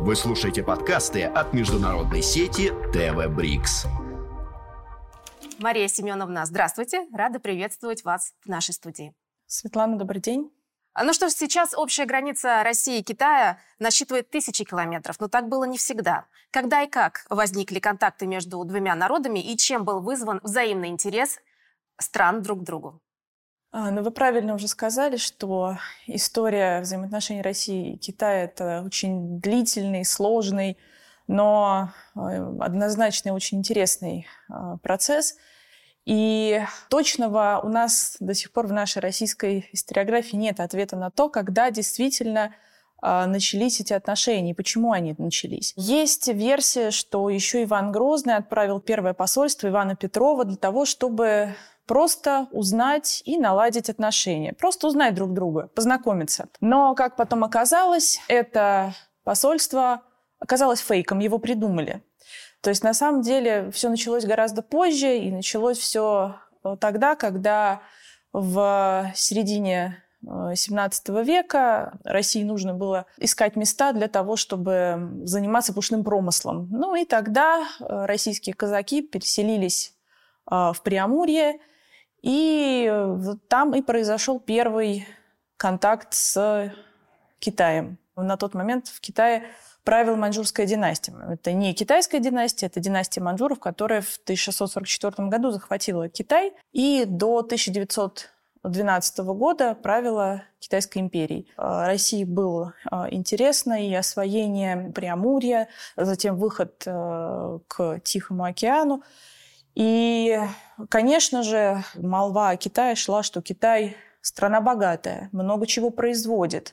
Вы слушаете подкасты от международной сети ТВ Брикс. Мария Семеновна, здравствуйте. Рада приветствовать вас в нашей студии. Светлана, добрый день. Ну что ж, сейчас общая граница России и Китая насчитывает тысячи километров, но так было не всегда. Когда и как возникли контакты между двумя народами и чем был вызван взаимный интерес стран друг к другу? Вы правильно уже сказали, что история взаимоотношений России и Китая – это очень длительный, сложный, но однозначно очень интересный процесс. И точного у нас до сих пор в нашей российской историографии нет ответа на то, когда действительно начались эти отношения и почему они начались. Есть версия, что еще Иван Грозный отправил первое посольство Ивана Петрова для того, чтобы просто узнать и наладить отношения. Просто узнать друг друга, познакомиться. Но, как потом оказалось, это посольство оказалось фейком, его придумали. То есть, на самом деле, все началось гораздо позже, и началось все тогда, когда в середине XVII века России нужно было искать места для того, чтобы заниматься пушным промыслом. Ну и тогда российские казаки переселились в Преамурье, и там и произошел первый контакт с Китаем. На тот момент в Китае правила маньчжурская династия. Это не китайская династия, это династия маньчжуров, которая в 1644 году захватила Китай и до 1912 года правила Китайской империей. России было интересно и освоение Преамурья, затем выход к Тихому океану. И, конечно же, молва о Китае шла, что Китай страна богатая, много чего производит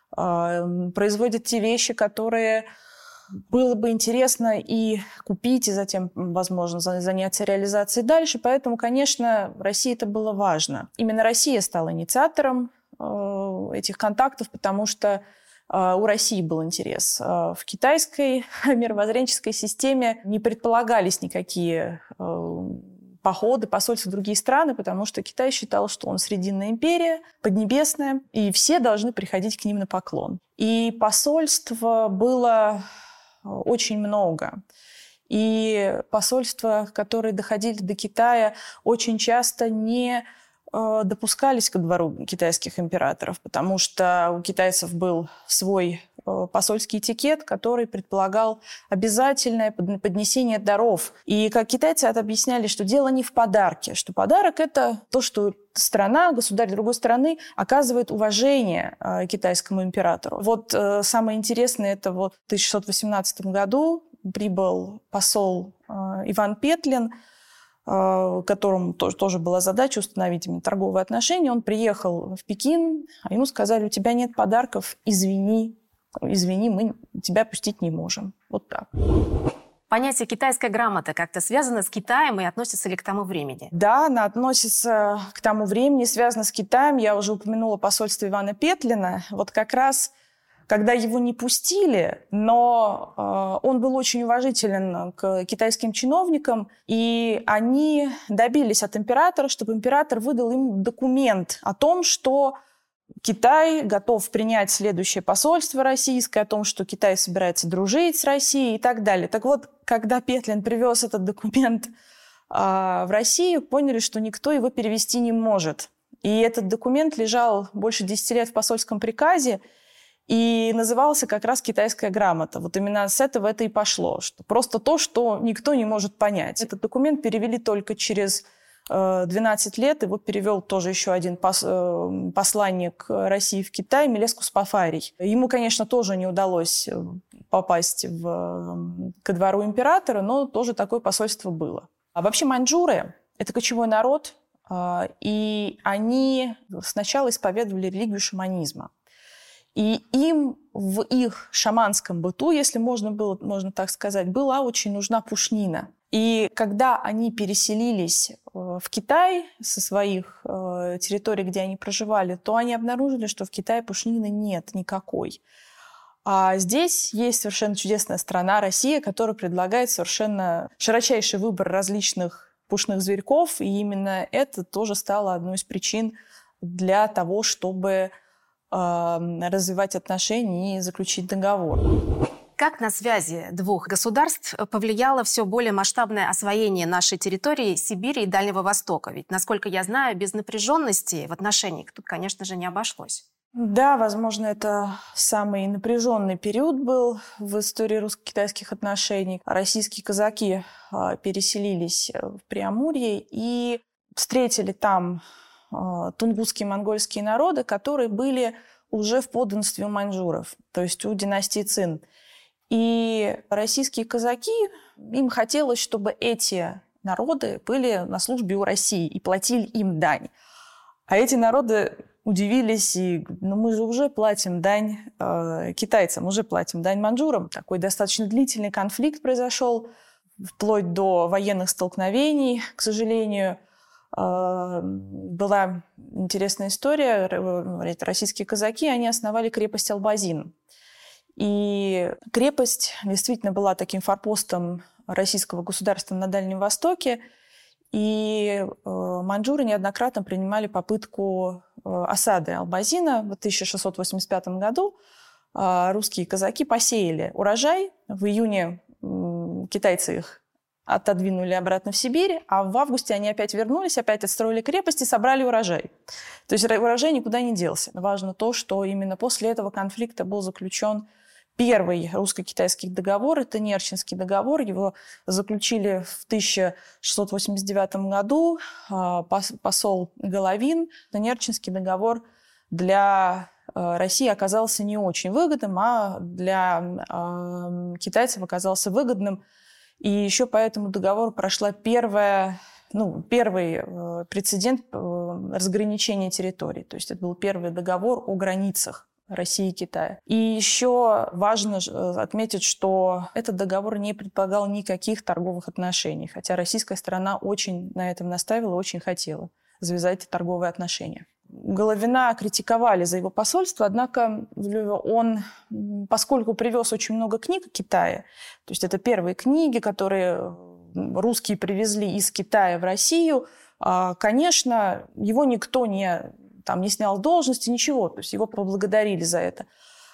те вещи, которые было бы интересно и купить, и затем, возможно, заняться реализацией дальше. Поэтому, конечно, России это было важно. Именно Россия стала инициатором этих контактов, попотому что у России был интерес. В китайской мировоззренческой системе не предполагались никакие походы, посольства в другие страны, потому что Китай считал, что он Срединная империя, Поднебесная, и все должны приходить к ним на поклон. И посольств было очень много. И посольства, которые доходили до Китая, очень часто не допускались ко двору китайских императоров, потому что у китайцев был свой посольский этикет, который предполагал обязательное поднесение даров. И как китайцы это объясняли, что дело не в подарке, что подарок – это то, что страна, государь другой страны оказывает уважение китайскому императору. Вот самое интересное – это вот в 1618 году прибыл посол Иван Петлин, которому тоже была задача установить именно торговые отношения. Он приехал в Пекин, а ему сказали: у тебя нет подарков, извини, мы тебя пустить не можем. Вот так. Понятие «китайская грамота» как-то связано с Китаем и относится ли к тому времени? Да, она относится к тому времени, связана с Китаем. Я уже упомянула посольство Ивана Петлина. Вот как раз когда его не пустили, но он был очень уважителен к китайским чиновникам, и они добились от императора, чтобы император выдал им документ о том, что Китай готов принять следующее посольство российское, о том, что Китай собирается дружить с Россией и так далее. Так вот, когда Петлин привез этот документ в Россию, поняли, что никто его перевести не может. И этот документ лежал больше 10 лет в посольском приказе, и назывался как раз «Китайская грамота». Вот именно с этого это и пошло. Что просто то, что никто не может понять. Этот документ перевели только через 12 лет. Его перевел тоже еще один посланник России в Китай, Мелескус Пафарий. Ему, конечно, тоже не удалось попасть ко двору императора, но тоже такое посольство было. А вообще маньчжуры – это кочевой народ, и они сначала исповедовали религию шаманизма. И им в их шаманском быту, если можно так сказать, была очень нужна пушнина. И когда они переселились в Китай со своих территорий, где они проживали, то они обнаружили, что в Китае пушнины нет никакой. А здесь есть совершенно чудесная страна, Россия, которая предлагает совершенно широчайший выбор различных пушных зверьков. И именно это тоже стало одной из причин для того, чтобы развивать отношения и заключить договор. Как на связи двух государств повлияло все более масштабное освоение нашей территории Сибири и Дальнего Востока? Ведь, насколько я знаю, без напряженности в отношениях тут, конечно же, не обошлось. Да, возможно, это самый напряженный период был в истории русско-китайских отношений. Российские казаки переселились в Преамурье и встретили там тунгусские монгольские народы, которые были уже в подданстве у маньчжуров, то есть у династии Цин. И российские казаки, им хотелось, чтобы эти народы были на службе у России и платили им дань. А эти народы удивились, и мы же уже платим дань китайцам, уже платим дань маньчжурам. Такой достаточно длительный конфликт произошел, вплоть до военных столкновений, к сожалению. Была интересная история. Российские казаки, они основали крепость Албазин. И крепость действительно была таким форпостом российского государства на Дальнем Востоке. И маньчжуры неоднократно принимали попытку осады Албазина. В 1685 году русские казаки посеяли урожай. В июне китайцы их отодвинули обратно в Сибирь, а в августе они опять вернулись, опять отстроили крепость и собрали урожай. То есть урожай никуда не делся. Важно то, что именно после этого конфликта был заключен первый русско-китайский договор. Это Нерчинский договор. Его заключили в 1689 году посол Головин. Нерчинский договор для России оказался не очень выгодным, а для китайцев оказался выгодным. И еще по этому договору прошла первый прецедент разграничения территорий. То есть это был первый договор о границах России и Китая. И еще важно отметить, что этот договор не предполагал никаких торговых отношений, хотя российская сторона очень на этом настаивала, очень хотела завязать торговые отношения. Головина критиковали за его посольство, однако он, поскольку привез очень много книг о Китае, то есть это первые книги, которые русские привезли из Китая в Россию, конечно, его никто не снял с должности, ничего, то есть его поблагодарили за это.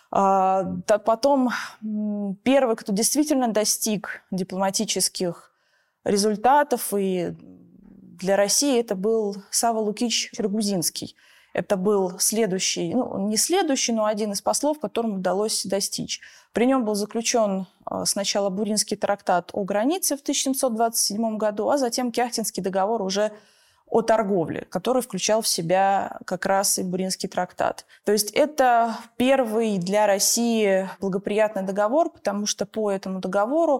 Потом первый, кто действительно достиг дипломатических результатов и для России, это был Савва Лукич Рагузинский. Это был следующий, не следующий, но один из послов, которому удалось достичь. При нем был заключен сначала Буринский трактат о границе в 1727 году, а затем Кяхтинский договор уже о торговле, который включал в себя как раз и Буринский трактат. То есть это первый для России благоприятный договор, потому что по этому договору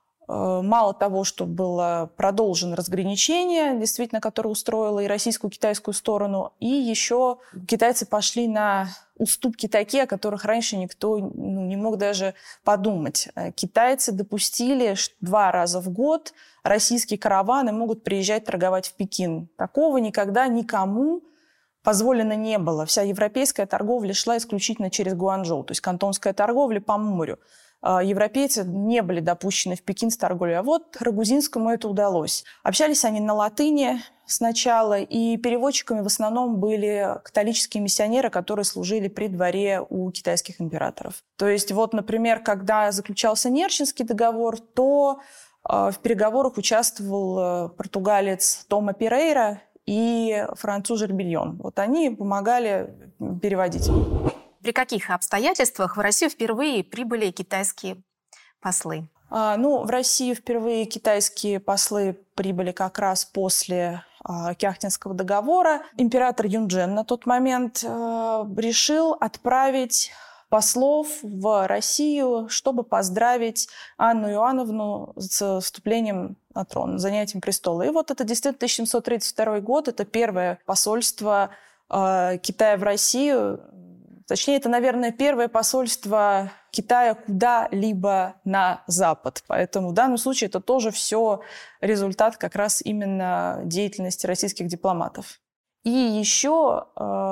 мало того, что было продолжено разграничение, действительно, которое устроило и российскую, и китайскую сторону, и еще китайцы пошли на уступки такие, о которых раньше никто не мог даже подумать. Китайцы допустили, что 2 раза в год российские караваны могут приезжать торговать в Пекин. Такого никогда никому позволено не было. Вся европейская торговля шла исключительно через Гуанчжоу, то есть кантонская торговля по морю. Европейцы не были допущены в Пекин с торговлей. А вот Рагузинскому это удалось. Общались они на латыни сначала, и переводчиками в основном были католические миссионеры, которые служили при дворе у китайских императоров. То есть вот, например, когда заключался Нерчинский договор, то в переговорах участвовал португалец Тома Перейра и француз Жербельон. Вот они помогали переводить. При каких обстоятельствах в Россию впервые прибыли китайские послы? В Россию впервые китайские послы прибыли как раз после Кяхтинского договора. Император Юнчжэн на тот момент решил отправить послов в Россию, чтобы поздравить Анну Иоанновну с вступлением на трон, занятием престола. И вот это действительно 1732 год, это первое посольство Китая в Россию. Точнее, это, наверное, первое посольство Китая куда-либо на Запад. Поэтому в данном случае это тоже все результат как раз именно деятельности российских дипломатов. И еще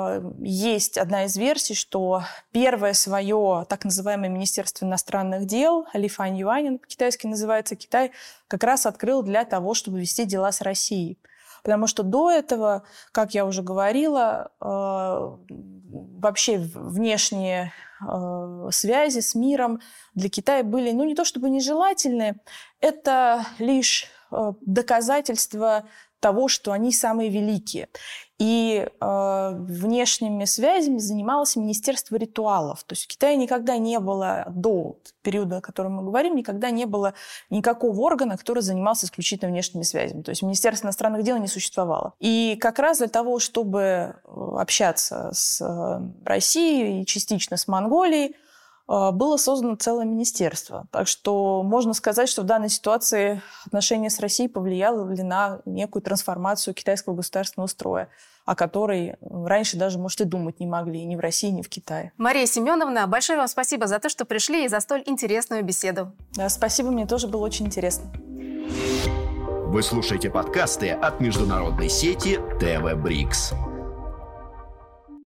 есть одна из версий, что первое свое так называемое Министерство иностранных дел, Лифань Юанин по-китайски называется, Китай как раз открыл для того, чтобы вести дела с Россией. Потому что до этого, как я уже говорила, вообще внешние связи с миром для Китая были, не то чтобы нежелательны, это лишь доказательство того, что они самые великие. И внешними связями занималось Министерство ритуалов. То есть в Китае никогда не было, до периода, о котором мы говорим, никогда не было никакого органа, который занимался исключительно внешними связями. То есть Министерство иностранных дел не существовало. И как раз для того, чтобы общаться с Россией и частично с Монголией, было создано целое министерство. Так что можно сказать, что в данной ситуации отношения с Россией повлияло ли на некую трансформацию китайского государственного строя, о которой раньше даже, может, и думать не могли ни в России, ни в Китае. Мария Семеновна, большое вам спасибо за то, что пришли и за столь интересную беседу. Да, спасибо, мне тоже было очень интересно. Вы слушаете подкасты от международной сети ТВ Брикс.